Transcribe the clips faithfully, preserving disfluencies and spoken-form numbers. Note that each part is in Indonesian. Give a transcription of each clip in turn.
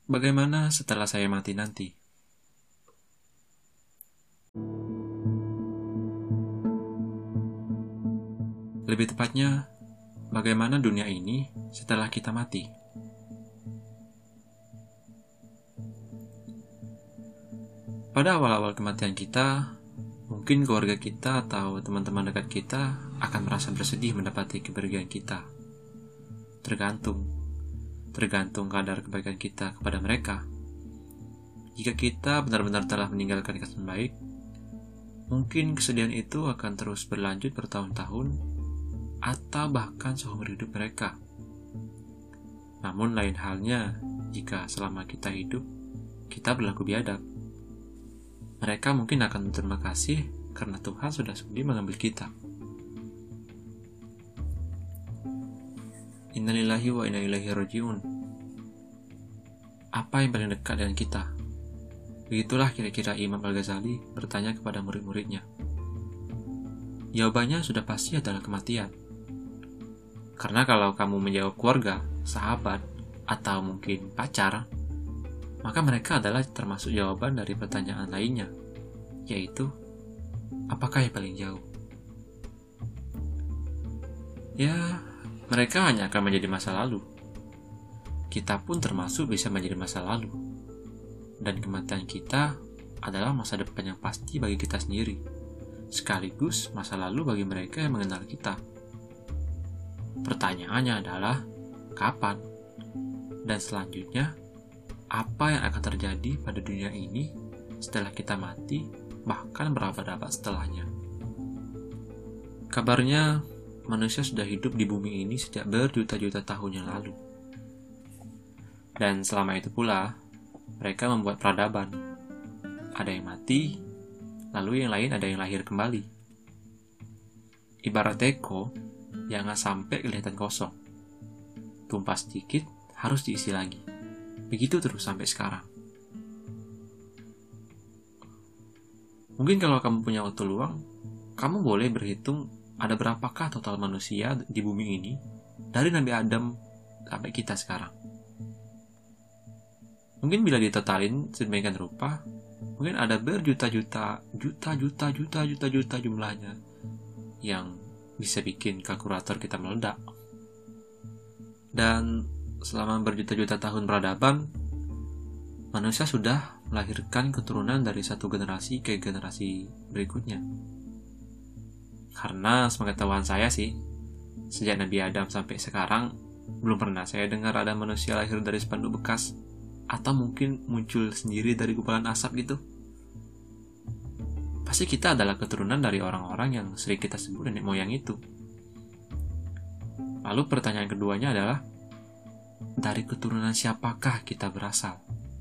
Bagaimana setelah saya mati nanti? Lebih tepatnya, bagaimana dunia ini setelah kita mati? Pada awal-awal kematian kita, mungkin keluarga kita atau teman-teman dekat kita akan merasa bersedih mendapati kepergian kita. Tergantung, tergantung kadar kebaikan kita kepada mereka. Jika kita benar-benar telah meninggalkan kesan baik, mungkin kesedihan itu akan terus berlanjut bertahun-tahun atau bahkan seumur hidup mereka. Namun lain halnya jika selama kita hidup, kita berlaku biadab. Mereka mungkin akan berterima kasih karena Tuhan sudah sudi mengambil kita. Innalillahi wa inna ilaihi raji'un. Apa yang paling dekat dengan kita? Begitulah kira-kira Imam Al-Ghazali bertanya kepada murid-muridnya. Jawabannya sudah pasti adalah kematian. Karena kalau kamu menjawab keluarga, sahabat, atau mungkin pacar, maka mereka adalah termasuk jawaban dari pertanyaan lainnya, yaitu, apakah yang paling jauh? Ya, mereka hanya akan menjadi masa lalu. Kita pun termasuk bisa menjadi masa lalu. Dan kematian kita adalah masa depan yang pasti bagi kita sendiri, sekaligus masa lalu bagi mereka yang mengenal kita. Pertanyaannya adalah, kapan? Dan selanjutnya, apa yang akan terjadi pada dunia ini setelah kita mati, bahkan berabad-abad setelahnya. Kabarnya, manusia sudah hidup di bumi ini sejak berjuta-juta tahun yang lalu. Dan selama itu pula, mereka membuat peradaban. Ada yang mati, lalu yang lain ada yang lahir kembali. Ibarat teko, jangan sampai kelihatan kosong. Tumpah sedikit, harus diisi lagi. Begitu terus sampai sekarang. Mungkin kalau kamu punya waktu luang, kamu boleh berhitung ada berapakah total manusia di bumi ini dari Nabi Adam sampai kita sekarang. Mungkin bila ditotalin sedemikian rupa, mungkin ada berjuta-juta, juta-juta, juta-juta, juta jumlahnya yang bisa bikin kalkulator kita meledak. Dan selama berjuta-juta tahun peradaban, manusia sudah melahirkan keturunan dari satu generasi ke generasi berikutnya. Karena sepengetahuan saya sih, sejak Nabi Adam sampai sekarang, belum pernah saya dengar ada manusia lahir dari spanduk bekas, atau mungkin muncul sendiri dari gumpalan asap gitu. Pasti kita adalah keturunan dari orang-orang yang sering kita sebut nenek moyang itu. Lalu pertanyaan keduanya adalah, dari keturunan siapakah kita berasal?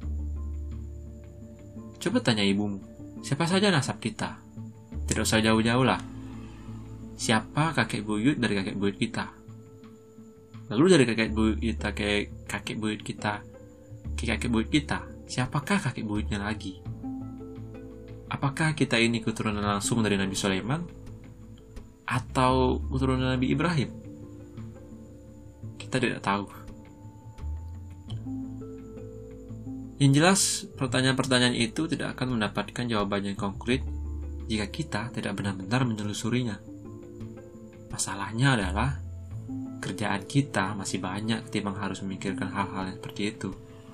Coba tanya ibumu, siapa saja nasab kita? Tidak usah jauh-jauh lah. Siapa kakek buyut dari kakek buyut kita? Lalu dari kakek buyut kita ke kakek buyut kita ke kakek buyut kita, siapakah kakek buyutnya lagi? Apakah kita ini keturunan langsung dari Nabi Sulaiman? Atau keturunan Nabi Ibrahim? Kita tidak tahu. Yang jelas, pertanyaan-pertanyaan itu tidak akan mendapatkan jawaban yang konkret jika kita tidak benar-benar menelusurinya. Masalahnya adalah, kerjaan kita masih banyak ketimbang harus memikirkan hal-hal yang seperti itu.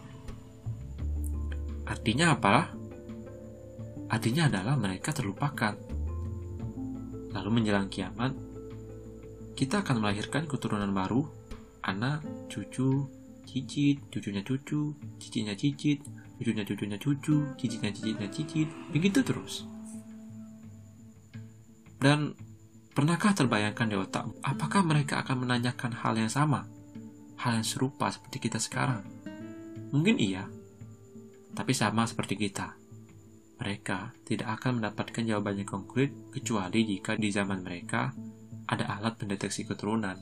Artinya apa? Artinya adalah mereka terlupakan. Lalu menjelang kiamat, kita akan melahirkan keturunan baru, anak, cucu, cicit, cucunya cucu, cicitnya cicit, cucunya cucunya cucu, cicitnya cicitnya cicit, begitu terus. Dan pernahkah terbayangkan di otak, apakah mereka akan menanyakan hal yang sama? Hal yang serupa seperti kita sekarang? Mungkin iya, tapi sama seperti kita. Mereka tidak akan mendapatkan jawaban yang konkret kecuali jika di zaman mereka ada alat pendeteksi keturunan.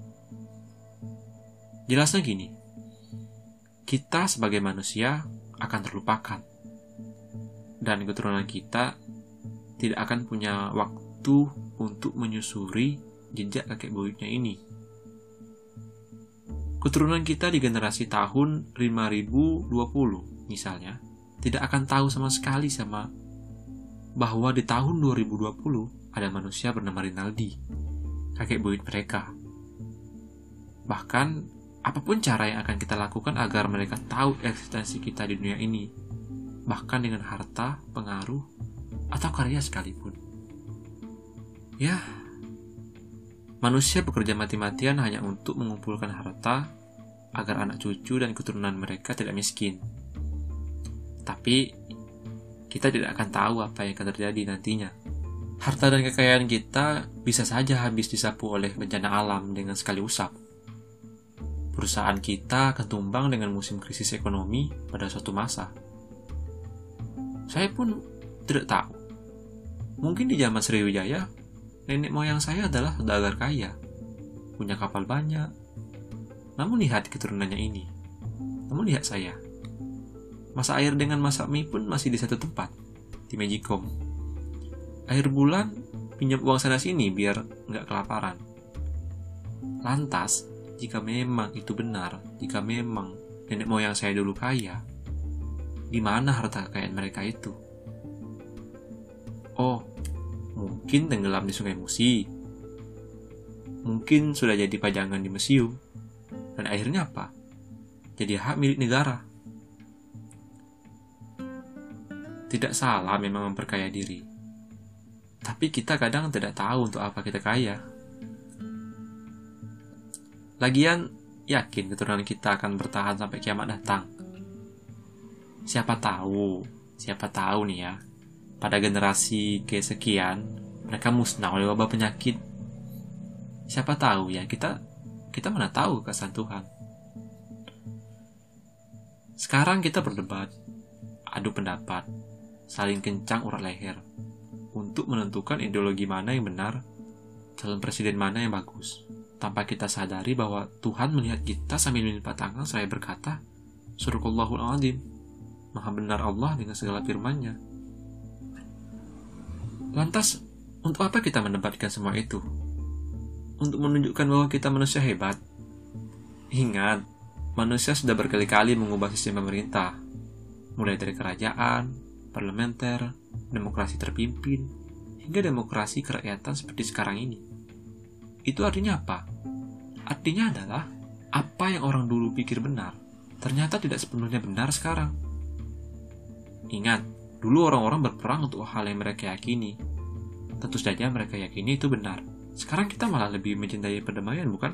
Jelasnya gini, kita sebagai manusia akan terlupakan. Dan keturunan kita tidak akan punya waktu untuk menyusuri jejak kakek buyutnya ini. Keturunan kita di generasi tahun lima ribu dua puluh misalnya tidak akan tahu sama sekali sama bahwa di tahun dua ribu dua puluh ada manusia bernama Rinaldi, kakek buyut mereka. Bahkan apapun cara yang akan kita lakukan agar mereka tahu eksistensi kita di dunia ini, bahkan dengan harta, pengaruh, atau karya sekalipun. Ya, manusia bekerja mati-matian hanya untuk mengumpulkan harta agar anak cucu dan keturunan mereka tidak miskin. Tapi, kita tidak akan tahu apa yang akan terjadi nantinya. Harta dan kekayaan kita bisa saja habis disapu oleh bencana alam dengan sekali usap. Perusahaan kita akan tumbang dengan musim krisis ekonomi pada suatu masa. Saya pun tidak tahu. Mungkin di zaman Sriwijaya, nenek moyang saya adalah saudagar kaya, punya kapal banyak. Namun lihat keturunannya ini. Namun lihat saya. Masak air dengan masak mie pun masih di satu tempat, di Magicom. Air bulan, pinjam uang sana-sini biar nggak kelaparan. Lantas, jika memang itu benar, jika memang nenek moyang saya dulu kaya, di mana harta kekayaan mereka itu? Oh, mungkin tenggelam di Sungai Musi. Mungkin sudah jadi pajangan di museum. Dan akhirnya apa? Jadi hak milik negara. Tidak salah memang memperkaya diri. Tapi kita kadang tidak tahu untuk apa kita kaya. Lagian, yakin keturunan kita akan bertahan sampai kiamat datang. Siapa tahu, siapa tahu nih ya, pada generasi kesekian, mereka musnah oleh wabah penyakit. Siapa tahu ya, kita kita mana tahu kesan Tuhan. Sekarang kita berdebat, adu pendapat, saling kencang urat leher, untuk menentukan ideologi mana yang benar, calon presiden mana yang bagus, tanpa kita sadari bahwa Tuhan melihat kita sambil melipat tangan seraya berkata, Surukallahul Azim, Maha benar Allah dengan segala firman-Nya. Lantas, untuk apa kita mendebatkan semua itu? Untuk menunjukkan bahwa kita manusia hebat. Ingat, manusia sudah berkali-kali mengubah sistem pemerintah, mulai dari kerajaan, parlementer, demokrasi terpimpin, hingga demokrasi kerakyatan seperti sekarang ini. Itu artinya apa? Artinya adalah, apa yang orang dulu pikir benar, ternyata tidak sepenuhnya benar sekarang. Ingat, dulu orang-orang berperang untuk hal yang mereka yakini. Tentu saja mereka yakini itu benar. Sekarang kita malah lebih mencintai perdamaian, bukan?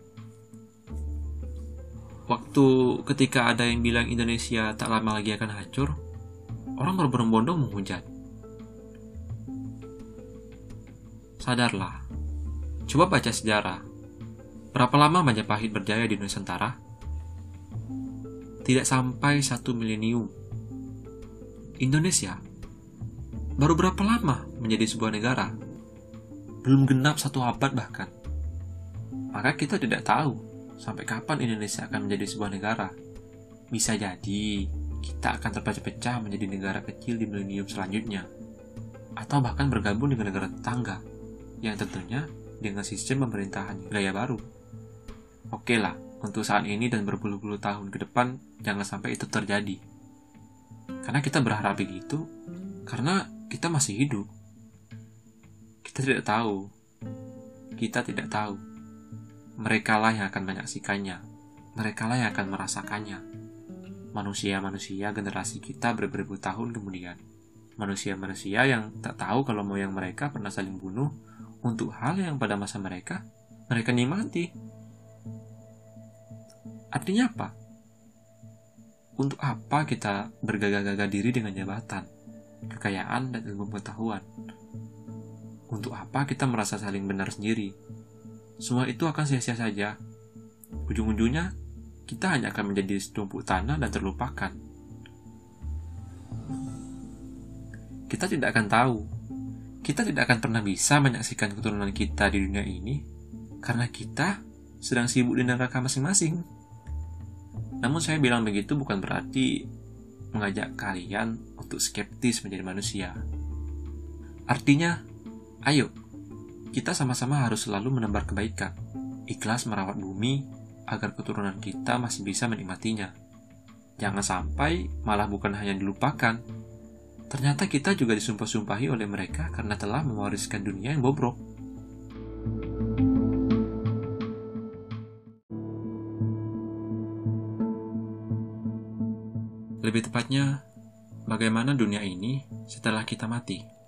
Waktu ketika ada yang bilang Indonesia tak lama lagi akan hancur, orang berbondong-bondong menghujat. Sadarlah. Coba baca sejarah. Berapa lama Majapahit berjaya di Nusantara? Tidak sampai satu milenium. Indonesia baru berapa lama menjadi sebuah negara? Belum genap satu abad bahkan. Maka kita tidak tahu sampai kapan Indonesia akan menjadi sebuah negara. Bisa jadi kita akan terpecah-pecah menjadi negara kecil di milenium selanjutnya. Atau bahkan bergabung dengan negara tetangga, yang tentunya dengan sistem pemerintahan gaya baru. Oke lah, untuk saat ini dan berpuluh-puluh tahun ke depan, jangan sampai itu terjadi. Karena kita berharap begitu, karena kita masih hidup. Kita tidak tahu. Kita tidak tahu. Merekalah yang akan menyaksikannya. Merekalah yang akan merasakannya. Manusia-manusia generasi kita beribu-ribu tahun kemudian. Manusia-manusia yang tak tahu kalau moyang mereka pernah saling bunuh untuk hal yang pada masa mereka, mereka nikmati. Artinya apa? Untuk apa kita bergagah-gagah diri dengan jabatan, kekayaan, dan ilmu pengetahuan? Untuk apa kita merasa saling benar sendiri? Semua itu akan sia-sia saja. Ujung-ujungnya, kita hanya akan menjadi setumpuk tanah dan terlupakan. Kita tidak akan tahu. Kita tidak akan pernah bisa menyaksikan keturunan kita di dunia ini karena kita sedang sibuk di neraka masing-masing. Namun saya bilang begitu bukan berarti mengajak kalian untuk skeptis menjadi manusia. Artinya, ayo, kita sama-sama harus selalu menebar kebaikan, ikhlas merawat bumi, agar keturunan kita masih bisa menikmatinya. Jangan sampai malah bukan hanya dilupakan, ternyata kita juga disumpah-sumpahi oleh mereka karena telah mewariskan dunia yang bobrok. Lebih tepatnya, bagaimana dunia ini setelah kita mati?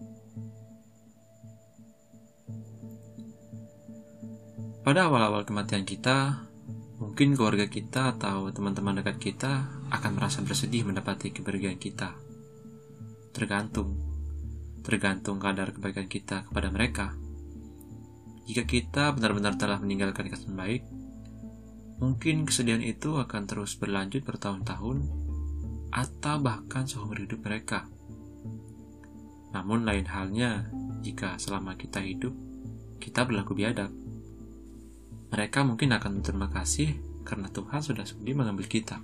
Pada awal-awal kematian kita, mungkin keluarga kita atau teman-teman dekat kita akan merasa bersedih mendapati kepergian kita. Tergantung, tergantung kadar kebaikan kita kepada mereka. Jika kita benar-benar telah meninggalkan kesan baik, mungkin kesedihan itu akan terus berlanjut bertahun-tahun atau bahkan seumur hidup mereka. Namun lain halnya jika selama kita hidup, kita berlaku biadab. Mereka mungkin akan berterima kasih karena Tuhan sudah sudi mengambil kita.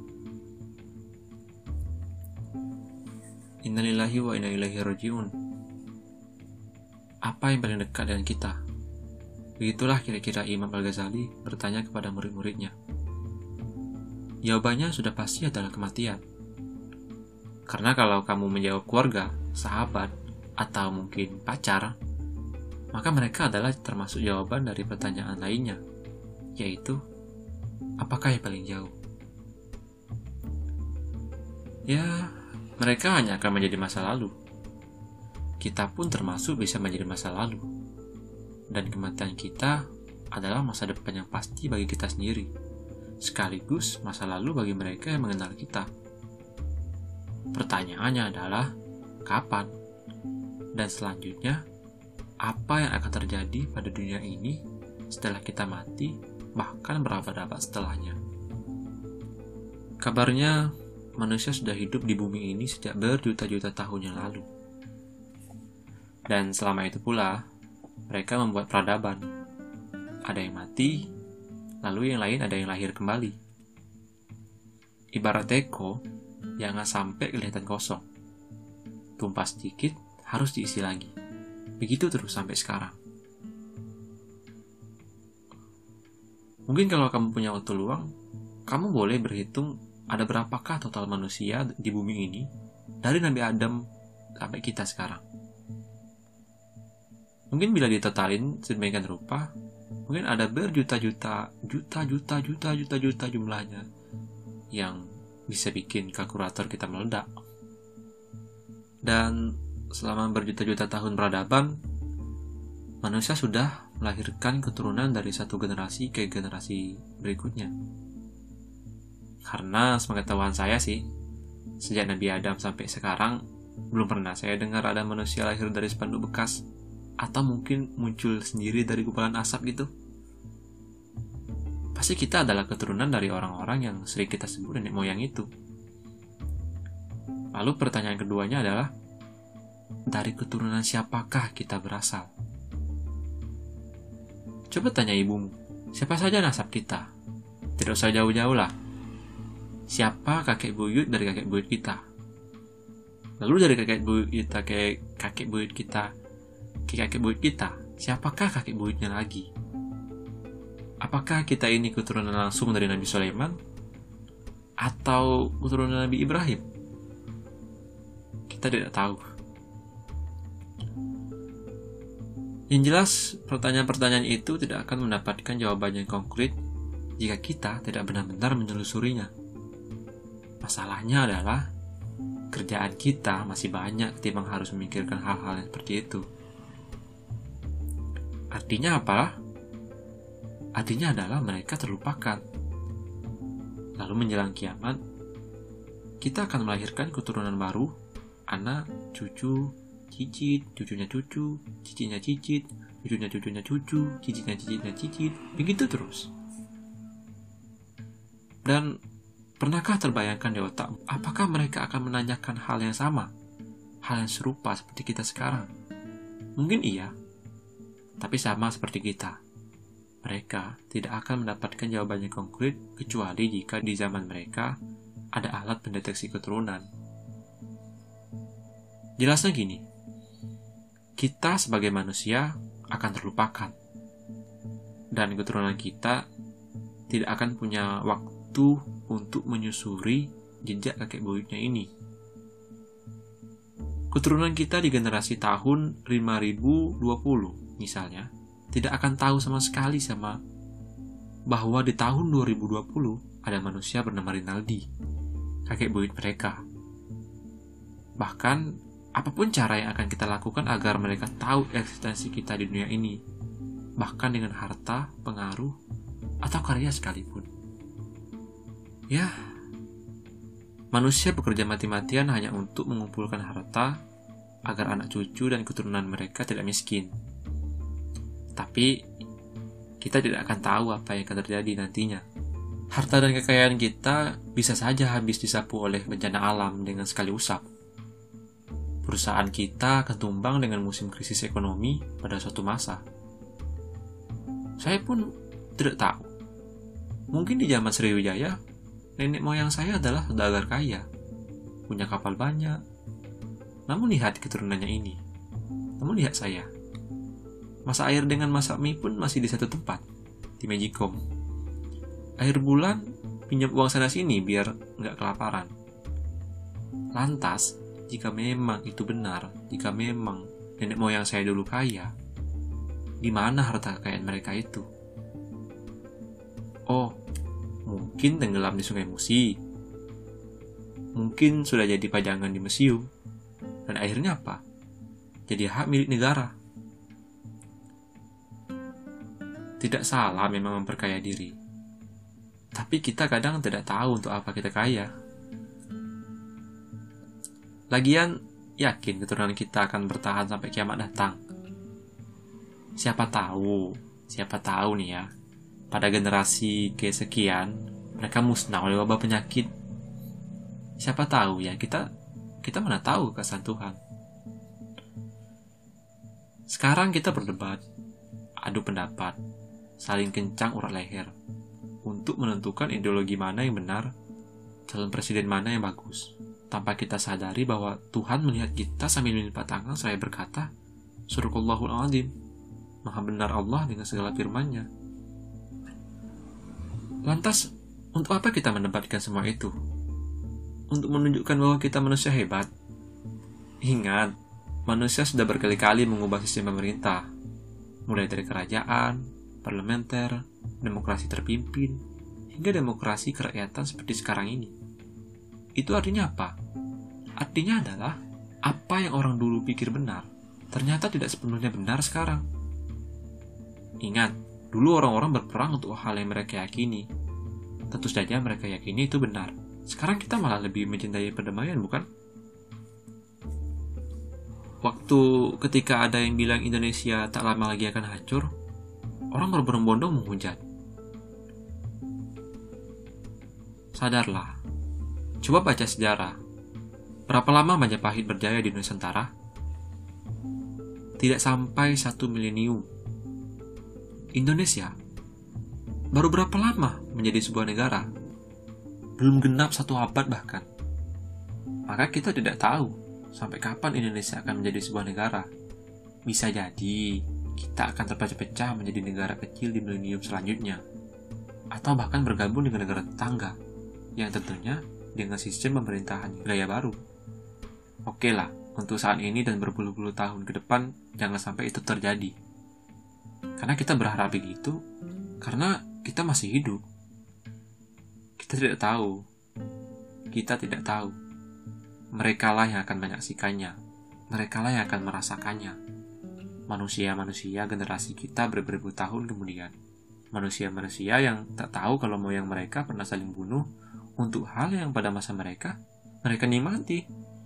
Innalillahi wa inna ilaihi raji'un. Apa yang paling dekat dengan kita? Begitulah kira-kira Imam Al-Ghazali bertanya kepada murid-muridnya. Jawabannya sudah pasti adalah kematian. Karena kalau kamu menjawab keluarga, sahabat, atau mungkin pacar, maka mereka adalah termasuk jawaban dari pertanyaan lainnya, yaitu, apakah yang paling jauh? Ya, mereka hanya akan menjadi masa lalu. Kita pun termasuk bisa menjadi masa lalu. Dan kematian kita adalah masa depan yang pasti bagi kita sendiri, sekaligus masa lalu bagi mereka yang mengenal kita. Pertanyaannya adalah, kapan? Dan selanjutnya, apa yang akan terjadi pada dunia ini setelah kita mati, bahkan berabad-abad setelahnya. Kabarnya, manusia sudah hidup di bumi ini sejak berjuta-juta tahun yang lalu. Dan selama itu pula, mereka membuat peradaban. Ada yang mati, lalu yang lain ada yang lahir kembali. Ibarat teko, jangan sampai kelihatan kosong. Tumpah sedikit, harus diisi lagi. Begitu terus sampai sekarang. Mungkin kalau kamu punya waktu luang, kamu boleh berhitung ada berapakah total manusia di bumi ini dari Nabi Adam sampai kita sekarang. Mungkin bila ditotalin sedemikian rupa, mungkin ada berjuta-juta, juta-juta, juta-juta, juta jumlahnya yang bisa bikin kalkulator kita meledak. Dan selama berjuta-juta tahun peradaban, manusia sudah melahirkan keturunan dari satu generasi ke generasi berikutnya. Karena sepengetahuan saya sih, sejak Nabi Adam sampai sekarang, belum pernah saya dengar ada manusia lahir dari spanduk bekas, atau mungkin muncul sendiri dari gumpalan asap gitu. Pasti kita adalah keturunan dari orang-orang yang sering kita sebut nenek moyang itu. Lalu pertanyaan keduanya adalah, dari keturunan siapakah kita berasal? Coba tanya ibumu, siapa saja nasab kita? Tidak usah jauh-jauh lah. Siapa kakek buyut dari kakek buyut kita? Lalu dari kakek buyut kita ke kakek buyut kita ke kakek buyut kita, siapakah kakek buyutnya lagi? Apakah kita ini keturunan langsung dari Nabi Sulaiman? Atau keturunan Nabi Ibrahim? Kita tidak tahu. Yang jelas, pertanyaan-pertanyaan itu tidak akan mendapatkan jawaban yang konkret jika kita tidak benar-benar menelusurinya. Masalahnya adalah, kerjaan kita masih banyak ketimbang harus memikirkan hal-hal yang seperti itu. Artinya apa? Artinya adalah mereka terlupakan. Lalu menjelang kiamat, kita akan melahirkan keturunan baru, anak, cucu, cicit, cucunya cucu, cicitnya cicit, cucunya cucunya cucu, cicitnya cicitnya cicit, begitu terus. Dan pernahkah terbayangkan di otak, apakah mereka akan menanyakan hal yang sama? Hal yang serupa seperti kita sekarang? Mungkin iya, tapi sama seperti kita. Mereka tidak akan mendapatkan jawabannya konkret kecuali jika di zaman mereka ada alat pendeteksi keturunan. Jelasnya gini, kita sebagai manusia akan terlupakan, dan keturunan kita tidak akan punya waktu untuk menyusuri jejak kakek buyutnya ini. Keturunan kita di generasi tahun lima ribu dua puluh misalnya, tidak akan tahu sama sekali sama bahwa di tahun dua ribu dua puluh ada manusia bernama Rinaldi, kakek buyut mereka. Bahkan, apapun cara yang akan kita lakukan agar mereka tahu eksistensi kita di dunia ini, bahkan dengan harta, pengaruh, atau karya sekalipun. Ya, manusia bekerja mati-matian hanya untuk mengumpulkan harta agar anak cucu dan keturunan mereka tidak miskin. Tapi, kita tidak akan tahu apa yang akan terjadi nantinya. Harta dan kekayaan kita bisa saja habis disapu oleh bencana alam dengan sekali usap. Perusahaan kita akan tumbang dengan musim krisis ekonomi pada suatu masa. Saya pun tidak tahu. Mungkin di zaman Sriwijaya, nenek moyang saya adalah saudagar kaya, punya kapal banyak. Namun lihat keturunannya ini. Namun lihat saya. Masak air dengan masak mie pun masih di satu tempat, di Magicom. Akhir bulan, pinjam uang sana-sini biar nggak kelaparan. Lantas, jika memang itu benar, jika memang nenek moyang saya dulu kaya, di mana harta kekayaan mereka itu? Oh, mungkin tenggelam di Sungai Musi. Mungkin sudah jadi pajangan di museum. Dan akhirnya apa? Jadi hak milik negara. Tidak salah memang memperkaya diri. Tapi kita kadang tidak tahu untuk apa kita kaya. Lagian, yakin keturunan kita akan bertahan sampai kiamat datang. Siapa tahu, siapa tahu nih ya, pada generasi kesekian, mereka musnah oleh wabah penyakit. Siapa tahu ya, kita kita mana tahu kesan Tuhan. Sekarang kita berdebat, adu pendapat, saling kencang urat leher, untuk menentukan ideologi mana yang benar, calon presiden mana yang bagus, tanpa kita sadari bahwa Tuhan melihat kita sambil melipat tangan seraya berkata, Surukallahul Azim, Maha benar Allah dengan segala firman-Nya. Lantas, untuk apa kita mendebatkan semua itu? Untuk menunjukkan bahwa kita manusia hebat? Ingat, manusia sudah berkali-kali mengubah sistem pemerintah, mulai dari kerajaan, parlementer, demokrasi terpimpin, hingga demokrasi kerakyatan seperti sekarang ini. Itu artinya apa? Artinya adalah, apa yang orang dulu pikir benar, ternyata tidak sepenuhnya benar sekarang. Ingat, dulu orang-orang berperang untuk hal yang mereka yakini. Tentu saja mereka yakini itu benar. Sekarang kita malah lebih mencintai perdamaian, bukan? Waktu ketika ada yang bilang Indonesia tak lama lagi akan hancur, orang berbondong-bondong menghujat. Sadarlah. Coba baca sejarah. Berapa lama Majapahit berjaya di Nusantara? Tidak sampai satu milenium. Indonesia baru berapa lama menjadi sebuah negara? Belum genap satu abad bahkan. Maka kita tidak tahu sampai kapan Indonesia akan menjadi sebuah negara. Bisa jadi kita akan terpecah-pecah menjadi negara kecil di milenium selanjutnya. Atau bahkan bergabung dengan negara tetangga, yang tentunya dengan sistem pemerintahan gaya baru. Oke lah, untuk saat ini dan berpuluh-puluh tahun ke depan, jangan sampai itu terjadi. Karena kita berharap begitu, karena kita masih hidup. Kita tidak tahu. Kita tidak tahu. Merekalah yang akan menyaksikannya. Merekalah yang akan merasakannya. Manusia-manusia generasi kita beribu-ribu tahun kemudian. Manusia-manusia yang tak tahu kalau moyang mereka pernah saling bunuh untuk hal yang pada masa mereka, mereka nikmati.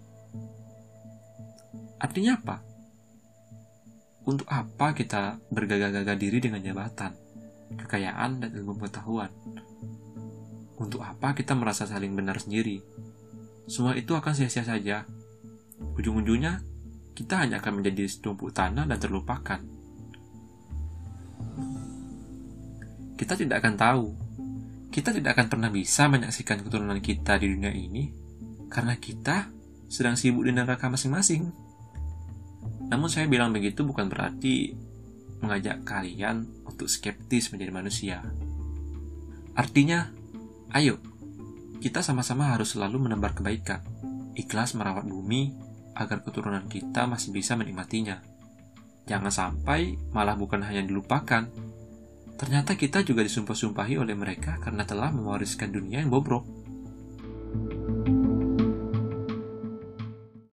Artinya apa? Untuk apa kita bergagah-gagah diri dengan jabatan, kekayaan, dan ilmu pengetahuan? Untuk apa kita merasa saling benar sendiri? Semua itu akan sia-sia saja. Ujung-ujungnya, kita hanya akan menjadi setumpuk tanah dan terlupakan. Kita tidak akan tahu. Kita tidak akan pernah bisa menyaksikan keturunan kita di dunia ini karena kita sedang sibuk di neraka masing-masing. Namun saya bilang begitu bukan berarti mengajak kalian untuk skeptis menjadi manusia. Artinya, ayo, kita sama-sama harus selalu menebar kebaikan, ikhlas merawat bumi agar keturunan kita masih bisa menikmatinya. Jangan sampai malah bukan hanya dilupakan, ternyata kita juga disumpah-sumpahi oleh mereka karena telah mewariskan dunia yang bobrok.